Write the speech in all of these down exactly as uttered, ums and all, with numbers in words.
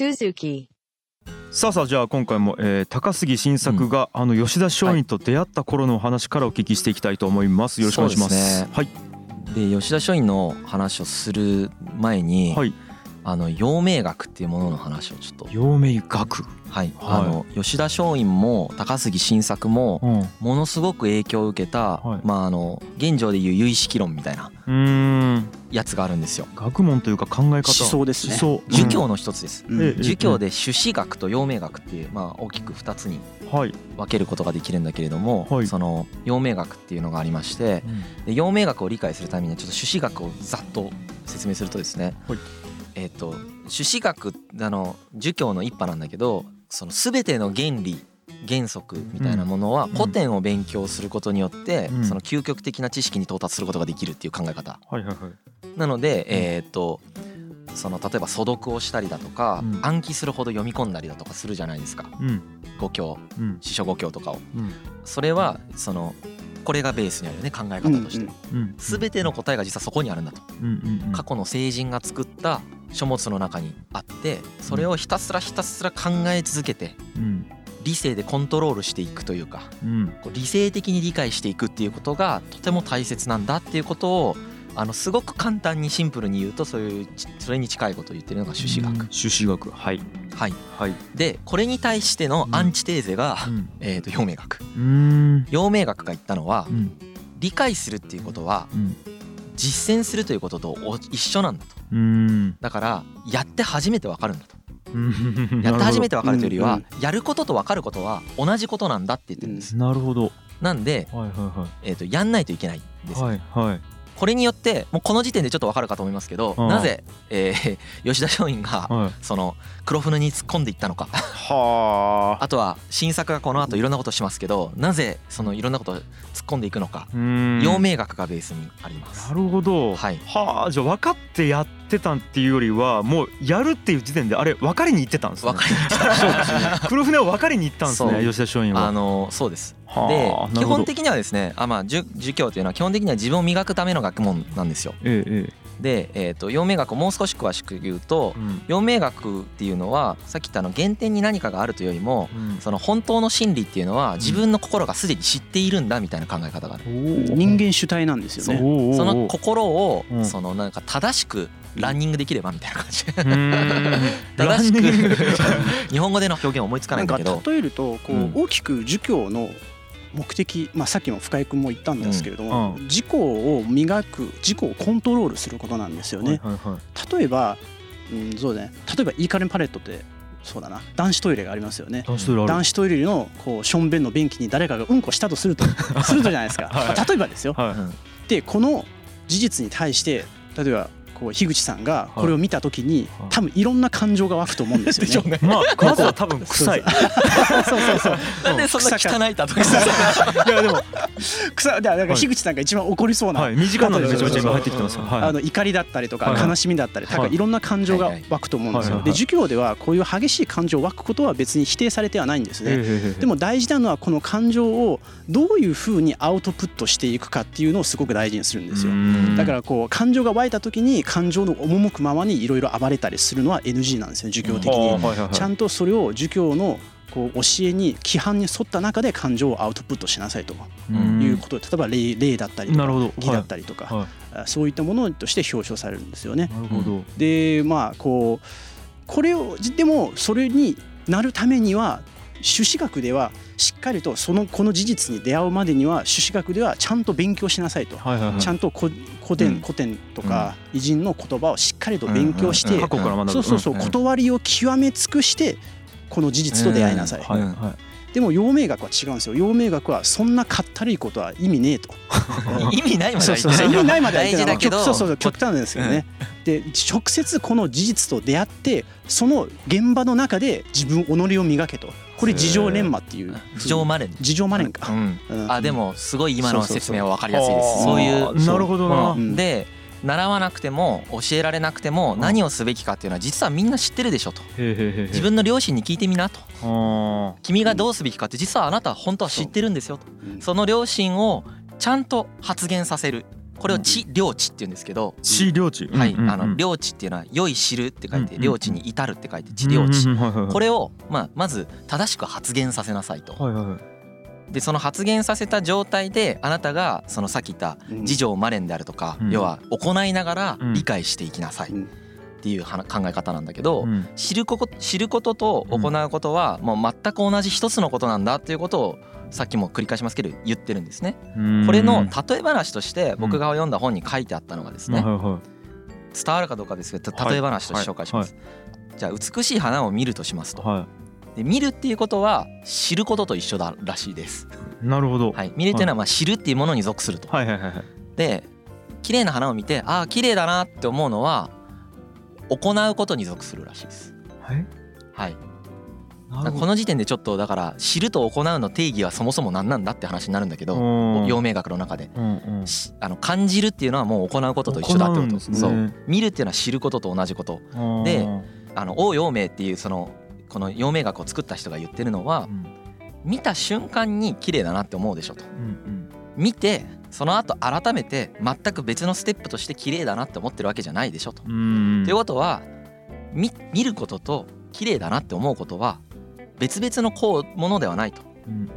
Suzuki。 さあさあじゃあ今回も、えー、高杉晋作が、うん、あの吉田松陰と出会った頃のお話からお聞きしていきたいと思います。よろしくお願いします。 そうですね。 はい。 で吉田松陰の話をする前に、はい、あの陽明学っていうものの話をちょっと。 陽明学。 はい、はい、あの吉田松陰も高杉晋作もものすごく影響を受けた、はい、まああの現状でいう唯識論みたいなやつがあるんですよ。 学問というか考え方。思想ですね。 儒教の一つです。 うん、 儒教で朱子学と陽明学っていう、まあ、大きくふたつに分けることができるんだけれども、はい、その陽明学っていうのがありまして、うん、で陽明学を理解するためにはちょっと朱子学をざっと説明するとですね、はい、えーと朱子学あの儒教の一派なんだけど、その全ての原理原則みたいなものは古典を勉強することによってその究極的な知識に到達することができるっていう考え方なので、えーとその例えば素読をしたりだとか暗記するほど読み込んだりだとかするじゃないですか、五経四書五経とかを。それはそのこれがベースにあるよね、考え方として。全ての答えが実はそこにあるんだと。過去の聖人が作った書物の中にあって、それをひたすらひたすら考え続けて理性でコントロールしていくというか、理性的に理解していくっていうことがとても大切なんだっていうことを、あのすごく簡単にシンプルに言うと、そういうそれに近いことを言ってるのが朱子学。 朱子学、はいはいはい。でこれに対してのアンチテーゼが、うんえー、と陽明学。陽明学が言ったのは、うん、理解するっていうことは、うん、実践するということと一緒なんだと。うんだからやって初めて分かるんだと。やって初めて分かるというよりは、やることと分かることは同じことなんだって言ってるんです。 なるほど。 なんで、はいはいはいえー、とやんないといけないんですよ。 はいはいこれによってもうこの時点でちょっと分かるかと思いますけど、なぜ、えー、吉田松陰がその黒船に突っ込んでいったのかはあとは新作がこの後いろんなことしますけど、なぜそのいろんなこと突っ込んでいくのか、陽明学がベースにあります。 なるほど。はい、はあじゃあ分かってやってたっていうよりはもうやるっていう時点であれ分かりに行ってたんですね。 分かりに行ってたそうですね。 黒船を分かりに行ったんですね、吉田松陰は。 あのそうです。で基本的にはですね、あまあ儒教というのは基本的には自分を磨くための学問なんですよ。ええ、で、えー、と陽明学をもう少し詳しく言うと、うん、陽明学っていうのはさっき言ったあの原点に何かがあるというよりも、うん、その本当の真理っていうのは自分の心がすでに知っているんだみたいな考え方がある。 人間主体なんですよね。 その心をそのなんか正しくランニングできればみたいな感じ正しく日本語での表現思いつかないんだけど、 なんか例えるとこう大きく儒教の目的、まあ、さっきの深井君も言ったんですけれども、うん、自己を磨く、自己をコントロールすることなんですよね。はいはいはい、例えば、うん、そうね、例えばイーカレンパレットってそうだな、男子トイレがありますよね。男子トイレある。男子トイレのこうションベンの便器に誰かがうんこしたとするとするとじゃないですか。はい、まあ、例えばですよ。はい、でこの事実に対して例えばこう樋口さんがこれを見たときに、はい、多分いろんな感情が湧くと思うんですよね。 まあまずは多分臭い。 そうそうそう。なんでそんな汚いだとか。 いやでも臭だから樋口さんが一番怒りそうな。 はい、短いのでめちゃめちゃ今入ってきてます。 あの怒りだったりとか悲しみだったり、多分いろんな感情が湧くと思うんですよ。で儒教ではこういう激しい感情湧くことは別に否定されてはないんですね。でも大事なのはこの感情をどういうふうにアウトプットしていくかっていうのをすごく大事にするんですよ。だからこう感情が湧いた時に感情の赴くままにいろいろ暴れたりするのは エヌジー なんですよ、儒教的に。ちゃんとそれを儒教のこう教えに規範に沿った中で感情をアウトプットしなさいということで、例えば 霊, 霊だったりとか義だったりとか、はいはい、そういったものとして表彰されるんですよね。なるほど。でまあこうこれをでもそれになるためには朱子学ではしっかりとそのこの事実に出会うまでには朱子学ではちゃんと勉強しなさいと、はいはいはい、ちゃんと古典古典とか偉人の言葉をしっかりと勉強して、そうそうそう、断りを極め尽くしてこの事実と出会いなさい。はいはい、でも陽明学は違うんですよ。陽明学はそんなかったるいことは意味ねえと。 意味ないまでは言ってない。そうそうそう、意味ないまでは言ってない。 大事だけど、 そうそうそう、極端なんですよね。で直接この事実と出会ってその現場の中で自分己を磨けと。これ自情練磨っていう。 自情磨練。 自情磨練か。 うんうん、あでもすごい今の説明は分かりやすいです。そういう。 なるほどな。 で習わなくても教えられなくても何をすべきかっていうのは実はみんな知ってるでしょと。自分の両親に聞いてみなと。君がどうすべきかって実はあなたは本当は知ってるんですよと。その両親をちゃんと発言させる。 これを知領知って言うんですけど、 知領知、 はい、あの領知っていうのは良い知るって書いて、領知に至るって書いて知領知。これをまあまず正しく発言させなさいと。でその発言させた状態であなたがそのさっき言った自助マレンであるとか、要は行いながら理解していきなさいっていう考え方なんだけど、知ること知ることと行うことはもう全く同じ一つのことなんだっていうことをさっきも繰り返しますけど言ってるんですね。これの例え話として僕が読んだ本に書いてあったのがですね、伝わるかどうかですけど例え話として紹介します。じゃあ美しい花を見るとしますと。で見るっていうことは知ることと一緒だらしいです。 なるほど。 はい、見るっていうのはまあ知るっていうものに属すると。はいはいはいはい。で綺麗な花を見てああ綺麗だなって思うのは行うことに属するらしいです。はい。はい。この時点でちょっとだから知ると行うの定義はそもそも何なんだって話になるんだけど、陽明学の中で、うんうん、あの感じるっていうのはもう行うことと一緒だってこと。そう。見るっていうのは知ることと同じことで、あの王陽明っていうそのこの陽明学を作った人が言ってるのは、うん、見た瞬間に綺麗だなって思うでしょと、うんうん、見てその後改めて全く別のステップとして綺麗だなって思ってるわけじゃないでしょと。ということは 見, 見ることと綺麗だなって思うことは別々のこうものではないと、うんうんうん、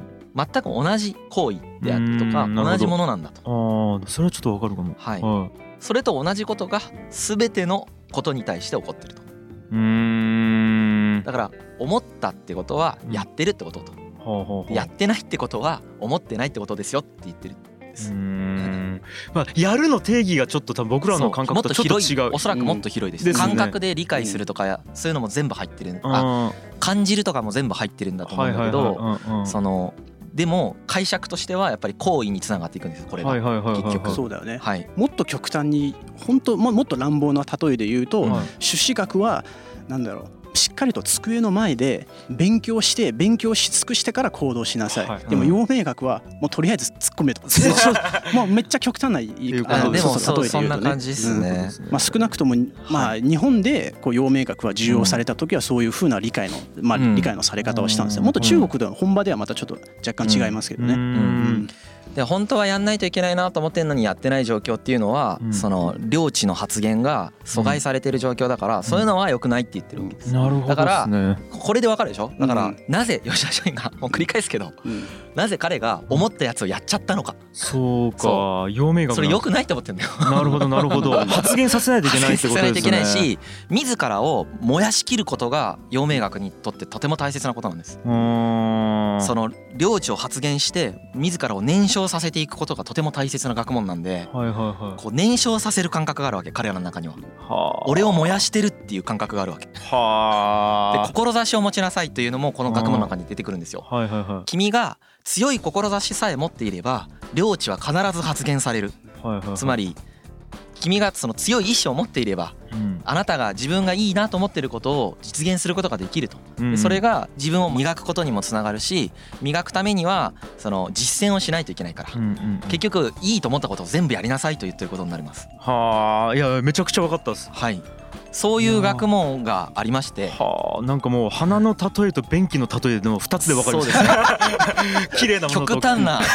全く同じ行為であるとか同じものなんだと。 あそれはちょっとわかるかも、 はいはい、それと同じことが全てのことに対して起こってると。うーんだから思ったってことはやってるってことと、うん、やってないってことは思ってないってことですよって言ってるんです。うーん、まあ、やるの定義がちょっと多分僕らの感覚とちょっと違う。 おそらくもっと広いです、うん、感覚で理解するとかそういうのも全部入ってる、あ感じるとかも全部入ってるんだと思うんだけど、そのでも解釈としてはやっぱり行為につながっていくんですこれが結局。 そうだよね、はい、もっと極端に本当もっと乱暴な例えで言うと、はい、朱子学はなんだろうしっかりと机の前で勉強して勉強し尽くしてから行動しなさい、はい、でも陽明学はもうとりあえず突っ込めともうめっちゃ極端な言い方でもそうそんな感じですね、 うんまあ、少なくともまあ日本でこう陽明学は受容された時はそういう風な理解のまあ理解のされ方をしたんですよ。もっと中国では本場ではまたちょっと若干違いますけどね。うんうんで本当はやんないといけないなと思ってんのにやってない状況っていうのは、うん、その領地の発言が阻害されてる状況だから、うん、そういうのは良くないって言ってるわけです、うん、なるほどですね。だからこれでわかるでしょ。だから、うん、なぜ吉田松陰がもう繰り返すけど、うん、なぜ彼が思ったやつをやっちゃったのか。 そうか陽明学それ良くないと思ってんだよ。 なるほどなるほど発言させないといけないってことですね。発言させないといけないし自らを燃やしきることが陽明学にとってとても大切なことなんです。うーんその領地を発言して自らを燃焼させていくことがとても大切な学問なんで、はいはいはい、こう燃焼させる感覚があるわけ彼らの中には。は俺を燃やしてるっていう感覚があるわけ。はで志を持ちなさいというのもこの学問の中に出てくるんですよ、はいはいはい、君が強い志さえ持っていれば領地は必ず発言される、はいはいはい、つまり君がその強い意志を持っていれば、うん、あなたが自分がいいなと思っていることを実現することができると、うん、それが自分を磨くことにもつながるし磨くためにはその実践をしないといけないから、うんうんうん、結局いいと思ったことを全部やりなさいと言ってることになります。 はあいやめちゃくちゃ分かったです。 はいそういう学問がありまして、 はあなんかもう花の例えと便器の例えでもふたつで分かります。そうですね綺麗なものと極端な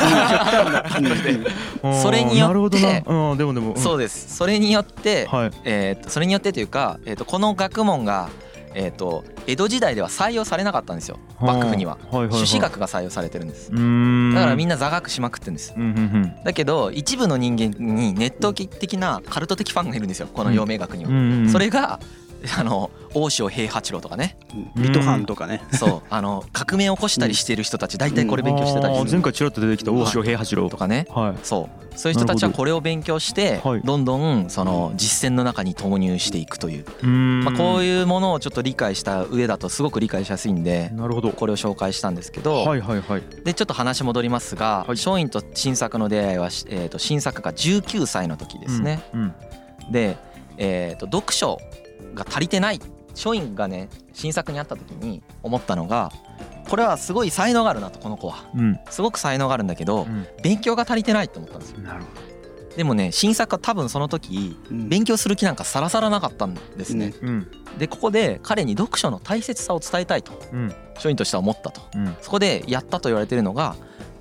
それによってうんでもでも、うん、 そうですそれによって、はいえー、とそれによってというか、えー、とこの学問がえー、と江戸時代では採用されなかったんですよ幕府には。朱子学が採用されてるんです。だからみんな座学しまくってるんです、うんうんうん、だけど一部の人間にネット的なカルト的ファンがいるんですよこの陽明学には、うんうんうん、それがあの大塩平八郎とかね水戸藩とかねそうあの革命を起こしたりしている人たち大体これ勉強してたりする、 うん、前回ちらっと出てきた大塩平八郎とかね、はい、そうそういう人たちはこれを勉強してどんどんその実践の中に投入していくという、まあ、こういうものをちょっと理解した上だとすごく理解しやすいんでこれを紹介したんですけど、はいはいはい、でちょっと話戻りますが、はい、松陰と新作の出会いは、えー、と新作がじゅうきゅうさいの時ですね、うんうん、で、えー、と読書が足りてない松陰がね新作に会った時に思ったのがこれはすごい才能があるなとこの子は、うん、すごく才能があるんだけど、うん、勉強が足りてないと思ったんですよ。なるほど。でもね新作は多分その時、うん、勉強する気なんかさらさらなかったんですね、うん、でここで彼に読書の大切さを伝えたいと、うん、松陰としては思ったと、うん、そこでやったと言われているのが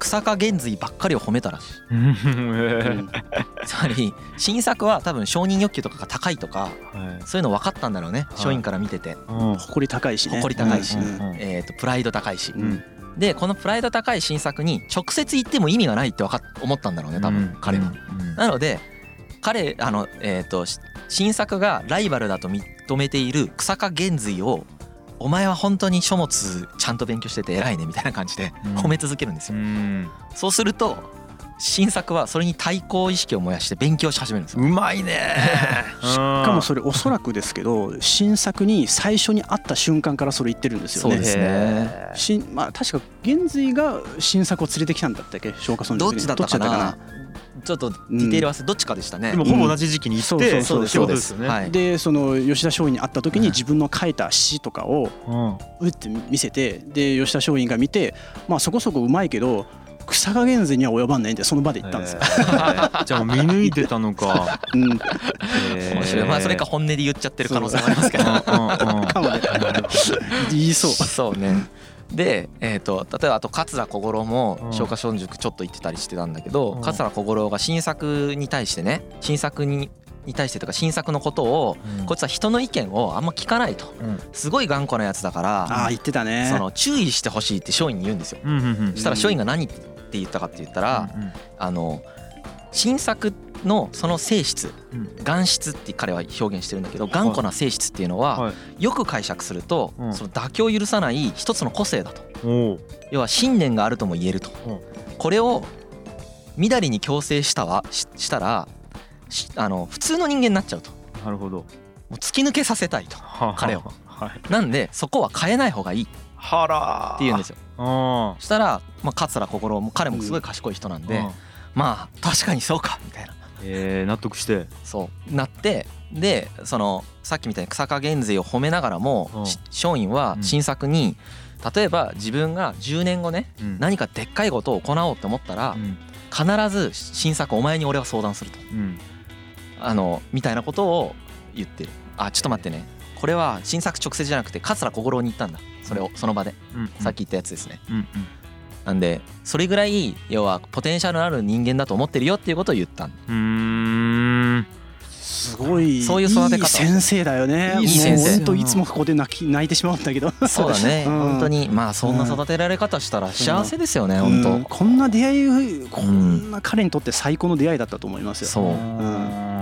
草加玄瑞ばっかりを褒めたらしい。つまり新作は多分承認欲求とかが高いとか、そういうの分かったんだろうね、書院から見てて。 誇り高いしね、 誇り高いし、えーとプライド高いし、でこのプライド高い新作に直接言っても意味がないって分かっ思ったんだろうね多分彼は。なので彼あのえーと新作がライバルだと認めている草加玄瑞をお前は本当に書物ちゃんと勉強してて偉いねみたいな感じで褒め続けるんですよ。そうすると新作はそれに対抗意識を燃やして勉強し始めるんですよ。 うまいねしかもそれおそらくですけど新作に最初に会った瞬間からそれ言ってるんですよね。 そうですね。 しまあ確か玄瑞が新作を連れてきたんだったっけ、松下村塾に。 どっちだったかな、ちょっとディテール忘れ、どっちかでしたね。 でもほぼ同じ時期に行って、 そうですそうです。 でその吉田松陰に会った時に自分の書いた詩とかをうって見せて、で吉田松陰が見て、まあそこそこうまいけど草加玄瑞には及ばんねんってその場で言ったんですよ。 じゃあ見抜いてたのか。 うん。面白い。まあそれか本音で言っちゃってる可能性もありますけど。かもね。 言いそう。 そうね。で、えー、と例えばあと桂小五郎も松下村塾ちょっと行ってたりしてたんだけど、桂小五郎が新作に対してね、新作にに対してとか新作のことを、こいつは人の意見をあんま聞かないと、すごい頑固なやつだから、 あ言ってたね、 その注意してほしいって松陰に言うんですよ。そしたら松陰が何って言ったかって言ったら、あの新作のその性質、頑質って彼は表現してるんだけど、頑固な性質っていうのはよく解釈するとその妥協を許さない一つの個性だと。要は信念があるとも言えると。これをみだりに強制したわしたらあの普通の人間になっちゃうと。 なるほど。 もう突き抜けさせたいと彼を。なんでそこは変えない方がいいって言うんですよ。そしたらまあ桂小五郎も彼もすごい賢い人なんで、まあ確かにそうかみたいな。 えー、納得してそうなって、でそのさっきみたいに草加玄瑞を褒めながらも、うん、松陰は新作に、うん、例えば自分がじゅうねんごね、うん、何かでっかいことを行おうと思ったら、うん、必ず新作お前に俺は相談すると、うん、あのみたいなことを言ってる。あちょっと待ってね、これは新作直接じゃなくて桂小五郎に言ったんだ、それをその場で、うん、さっき言ったやつですね、うんうん、なんでそれぐらい要はポテンシャルのある人間だと思ってるよっていうことを言ったんだ。 うーん、 すごいそういう育て方。 いい先生だよね。 いい先生。 本当いつもここで泣き泣いてしまうんだけど。 そうだね。本当にまあそんな育てられ方したら幸せですよね。本当。 こんな出会い、こんな彼にとって最高の出会いだったと思いますよ。 そう。うん、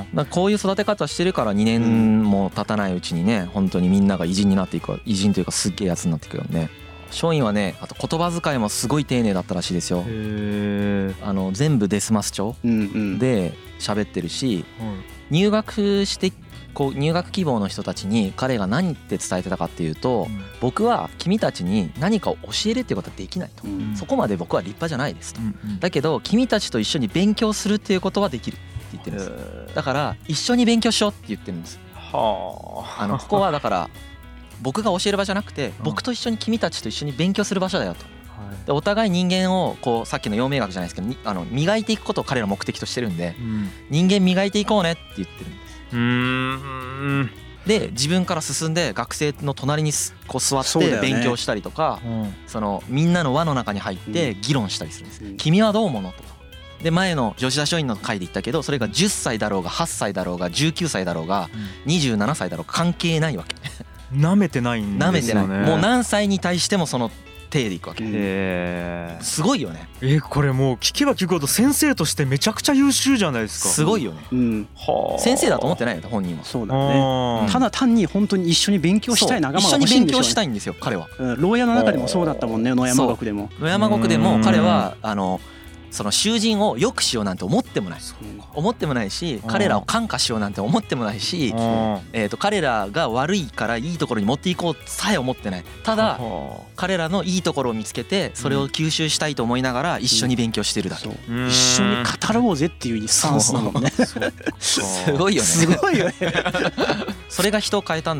だこういう育て方してるからにねんも経たないうちにね、本当にみんなが偉人になっていく、偉人というかすっげえやつになっていくよね。松陰はね、あと言葉遣いもすごい丁寧だったらしいですよ。へあの全部デスマス調で喋ってるし、うんうん、入学してこう入学希望の人たちに彼が何って伝えてたかっていうと、うん、僕は君たちに何かを教えるっていうことはできないと、うん、そこまで僕は立派じゃないですと、うんうん、だけど君たちと一緒に勉強するっていうことはできるって言ってるんです。だから一緒に勉強しようって言ってるんです。はあ、あのここはだから僕が教える場じゃなくて、僕と一緒に君たちと一緒に勉強する場所だよと。でお互い人間をこうさっきの陽明学じゃないですけど、あの磨いていくことを彼ら目的としてるんで、うん、人間磨いていこうねって言ってるんです。うーんで自分から進んで学生の隣にこう座って勉強したりとか、そ、ねうん、そのみんなの輪の中に入って議論したりするんです。うん、君はどう思うのと。で前の吉田松陰の回で言ったけど、それがじゅっさいだろうがはっさいだろうがじゅうきゅうさいだろうがにじゅうななさいだろうが関係ないわけ。 舐めてないんですよね。舐めてない。 もう何歳に対してもその手でいくわけ。へーすごいよね。 えこれもう聞けば聞くほど先生としてめちゃくちゃ優秀じゃないですか。 すごいよね。うん、は先生だと思ってないよ本人は。 そうだね。ただ単に本当に一緒に勉強したい仲間が欲しいんでしょうね。一緒に勉強したいんですよ彼は。 うん、牢屋の中でもそうだったもんね。野山国でも。 野山国でも彼はあのその囚人を良くしようなんて思ってもない思ってもないし、彼らを感化しようなんて思ってもないし、えーと彼らが悪いからいいところに持っていこうさえ思ってない。ただ彼らのいいところを見つけてそれを吸収したいと思いながら一緒に勉強してるだけ。 一緒に語ろうぜっていうスタンスなのね。 すごいよね。 すごいよね。 それが人を変えたんだよね。 、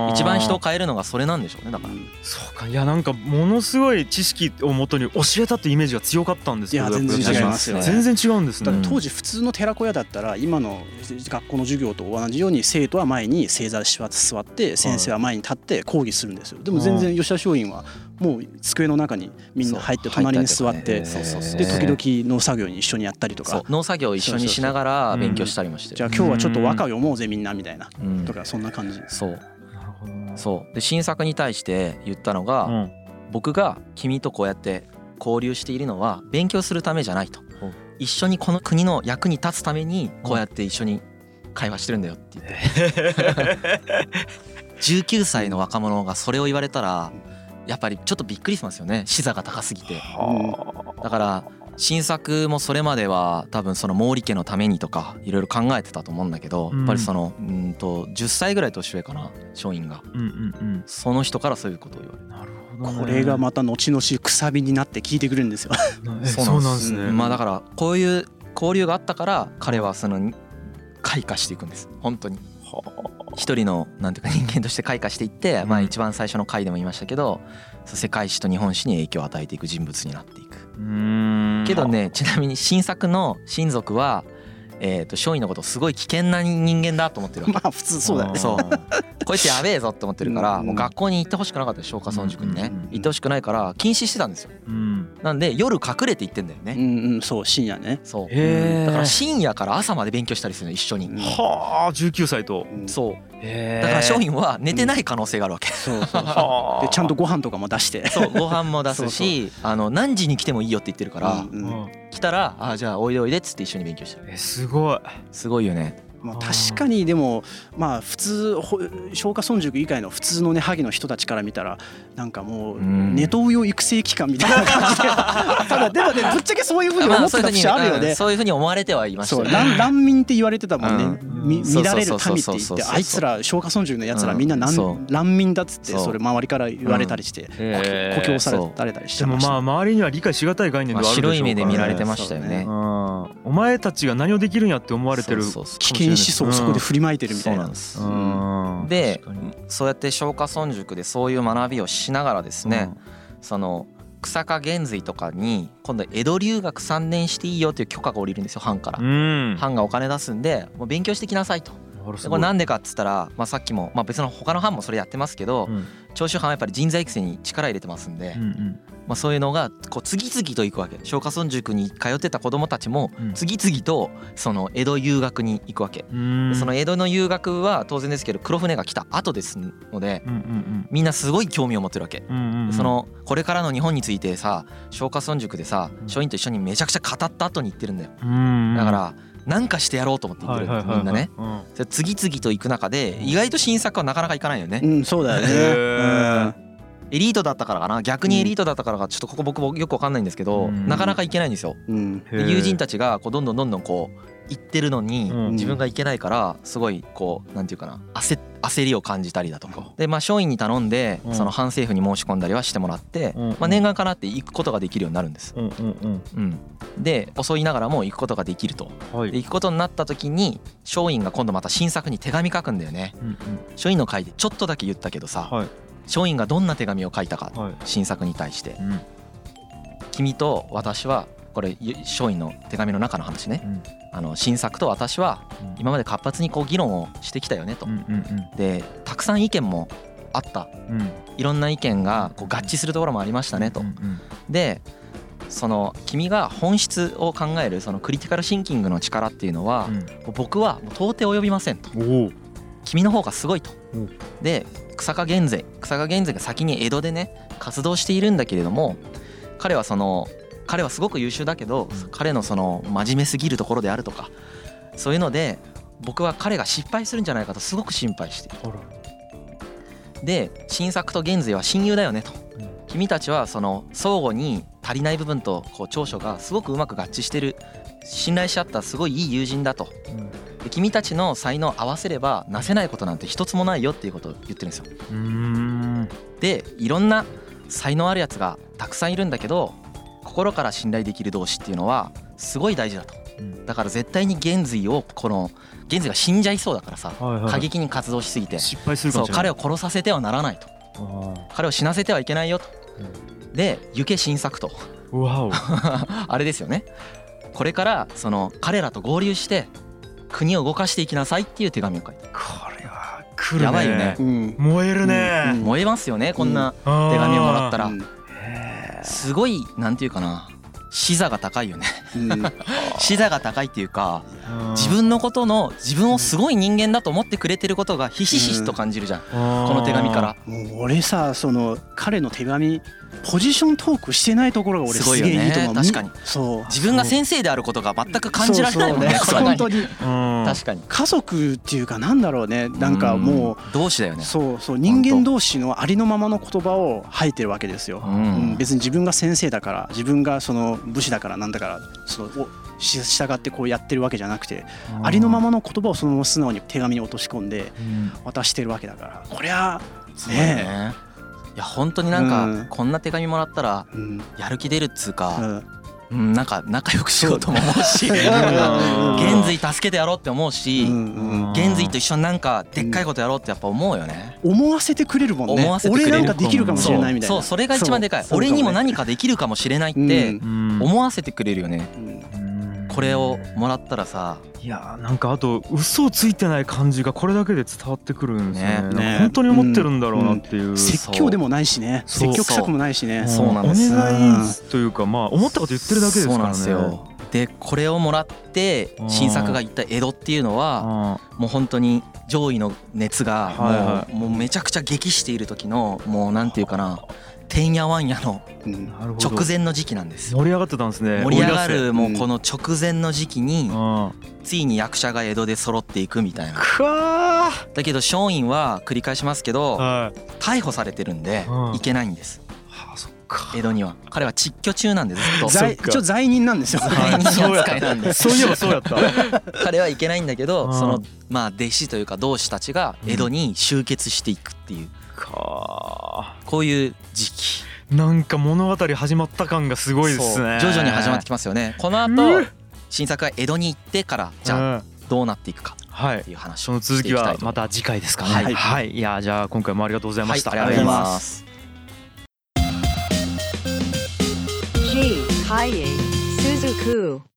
一番人を変えるのがそれなんでしょうね。だから、うん、 そうか。いやなんかものすごい知識をもとに教えたってイメージが強かったんですけど、 いや全然違いますよね。 全然違うんですね。 だから当時普通の寺子屋だったら今の学校の授業と同じように生徒は前に正座座って先生は前に立って講義するんですよ。でも全然吉田松陰はもう机の中にみんな入って隣に座って、で時々農作業に一緒にやったりとか、 農作業を一緒にしながら勉強したりもして、 じゃあ今日はちょっと和歌を読もうぜみんなみたいなとか、そんな感じ。 そうそうで新作に対して言ったのが、僕が君とこうやって交流しているのは勉強するためじゃないと、一緒にこの国の役に立つためにこうやって一緒に会話してるんだよって言ってじゅうきゅうさいの若者がそれを言われたらやっぱりちょっとびっくりしますよね。視座が高すぎて。だから新作もそれまでは多分その毛利家のためにとかいろいろ考えてたと思うんだけど、やっぱりそのうんとじゅっさいぐらい年上かな、松陰が、その人からそういうことを言われる。 なるほどね。 これがまた後々くさびになって聞いてくるんですよそうなんですね。 まあだからこういう交流があったから彼はその開花していくんです。本当に一人のなんていうか人間として開花していって、まあ一番最初の回でも言いましたけど、世界史と日本史に影響を与えていく人物になっていく。うーんけどね、ちなみに新作の親族はえーと松陰のことをすごい危険な人間だと思ってるわけ。 まあ普通そうだよね。 そうこいつやべえぞって思ってるから、もう学校に行ってほしくなかったです。松下村塾にね行ってほしくないから禁止してたんですよ。なんで夜隠れて行ってんだよね。 うんうん、そう深夜ね。 そうだから深夜から朝まで勉強したりするの一緒に。 はあじゅうきゅうさいと。 そうだから松陰は寝てない可能性があるわけ。 そうそうそうでちゃんとご飯とかも出して。 そうご飯も出すし、あの何時に来てもいいよって言ってるから、来たらあじゃあおいでおいでっつって一緒に勉強してる。 えすごいすごいよね。 まあ確かにでもまあ普通松下村塾以外の普通のね萩の人たちから見たらなんかもうネトウヨ育成機関みたいな感じでただでもねぶっちゃけそういうふうに思ってた節あるよね。 そういうふうに思われてはいましたね。 そう乱民って言われてたもんね。乱れる民って言ってあいつら松下村塾のやつらみんな乱民だっつってそれ周りから言われたりして故郷されたりしてました。 でもまあ周りには理解しがたい概念ではあるでしょうからね。 白い目で見られてましたよね。 お前たちが何をできるんやって思われてる危険思想をそこで振りまいてるみたいな。 そうなんです。でそうやって松下村塾でそういう学びをしながらですね、その久坂玄瑞とかに今度江戸留学さんねんしていいよという許可が下りるんですよ、藩から。藩がお金出すんでもう勉強してきなさいと。これなんでかっつったら、まあ、さっきも、まあ、別の他の藩もそれやってますけど、うん、長州藩はやっぱり人材育成に力入れてますんで、うんうんまあ、そういうのがこう次々と行くわけ。松下村塾に通ってた子どもたちも次々とその江戸遊学に行くわけ、うん、その江戸の遊学は当然ですけど黒船が来た後ですので、うんうんうん、みんなすごい興味を持ってるわけ、うんうんうん、そのこれからの日本についてさ松下村塾でさ松陰と一緒にめちゃくちゃ語った後に行ってるんだよ、うんうん、だからなんかしてやろうと思って言ってるんです、みんなね、うん、次々と行く中で意外と新作はなかなか行かないよね。 うん、そうだよね。 エリートだったからかな、逆にエリートだったからかちょっとここ僕よく分かんないんですけど、うん、なかなか行けないんですよ、うん、で友人たちがこうどんどんどんどんこう行ってるのに自分が行けないからすごいこうなんていうかな 焦, 焦りを感じたりだとかで、まあ、松陰に頼んでその藩政府に申し込んだりはしてもらって、まあ、念願かなって行くことができるようになるんです、うんうんうん、で遅いながらも行くことができると、はい、で行くことになった時に松陰が今度また新作に手紙書くんだよね、うんうん、松陰の回でちょっとだけ言ったけどさ、はい、松陰がどんな手紙を書いたか、はい、新作に対して、うん、君と私はこれ松陰の手紙の中の話ね、うん、あの新作と私は今まで活発にこう議論をしてきたよねと、うんうんうん、でたくさん意見もあった、うん、いろんな意見がこう合致するところもありましたねと、うんうん、でその君が本質を考えるそのクリティカルシンキングの力っていうのは、うん、僕は到底及びませんと、君の方がすごいと、で久坂玄瑞久坂玄瑞が先に江戸でね活動しているんだけれども、彼はその彼はすごく優秀だけど彼のその真面目すぎるところであるとかそういうので僕は彼が失敗するんじゃないかとすごく心配している。で新作と玄瑞は親友だよねと、君たちはその相互に足りない部分とこう長所がすごくうまく合致してる、信頼し合ったすごいいい友人だと、で君たちの才能を合わせればなせないことなんて一つもないよっていうことを言ってるんですよ。うーんでいろんな才能あるやつがたくさんいるんだけど心から信頼できる同士っていうのはすごい大事だと、 だから絶対に元帥をこの元帥が死んじゃいそうだからさ、過激に活動しすぎて失敗するかもしれない。 そう彼を殺させてはならないと、彼を死なせてはいけないよと、で行け新作とあれですよね。これからその彼らと合流して国を動かしていきなさいっていう手紙を書いて。 これは来るね。 やばいよね、 うん、燃えるね、 うんうん、燃えますよねこんな手紙をもらったら、うん、すごいなんていうかな、視座が高いよね、うん、視座が高いっていうか、自分のことの自分をすごい人間だと思ってくれてることがひしひしと感じるじゃん、うん、この手紙から。 もう俺さ、その彼の手紙ポジショントークしてないところが俺すげえいいと思う。 確かにそう、自分が先生であることが全く感じられないもんね。 そうそうね、本当に確かに家族っていうかなんだろうね、なんかもう同志だよね。 そうそう、人間同士のありのままの言葉を吐いてるわけですよ、うんうん、別に自分が先生だから自分がその武士だからなんだからその従ってこうやってるわけじゃなくて、ありのままの言葉をそのまま素直に手紙に落とし込んで渡してるわけだから、こりゃねえ、 いや本当になんかこんな手紙もらったらやる気出るっつうか、うん、なんか仲良くしようとも思うし、元帥助けてやろうって思うし、元帥と一緒になんかでっかいことやろうってやっぱ思うよね。 思わせてくれるもんね。俺なんかできるかもしれないみたいな。 そう、それが一番でかい。俺にも何かできるかもしれないって思わせてくれるよね。これをもらったらさ、 いやなんかあと嘘ついてない感じがこれだけで伝わってくるんですよね。ね、本当に思ってるんだろうなっていう、うん、 説教でもないしね、積極臭くもないしね。 そうなんです。 お願いというか、まあ思ったこと言ってるだけですからね。 そうなんですよ。でこれをもらって新作が言った江戸っていうのはもう本当に上位の熱がもうもうめちゃくちゃ激している時のもうなんていうかな、てんやわんやの直前の時期なんです。 盛り上がってたんですね。 盛り上がるもうこの直前の時期についに役者が江戸で揃っていくみたいな。だけど松陰は繰り返しますけど逮捕されてるんで行けないんです。江戸には彼は蟄居中なんでずっと一応罪人なんですよ。 罪人扱いなんでそういえばそうやった彼は行けないんだけど、そのまあ弟子というか同志たちが江戸に集結していくっていう、こういう時期。 なんか物語始まった感がすごいですね。 徐々に始まってきますよね。この後新作は江戸に行ってからじゃあどうなっていくかっていう話をしていきたいと思います。 その続きはまた次回ですかね。はい、はい、いやじゃあ今回もありがとうございました。 はい、ありがとうございます。G 海江鈴子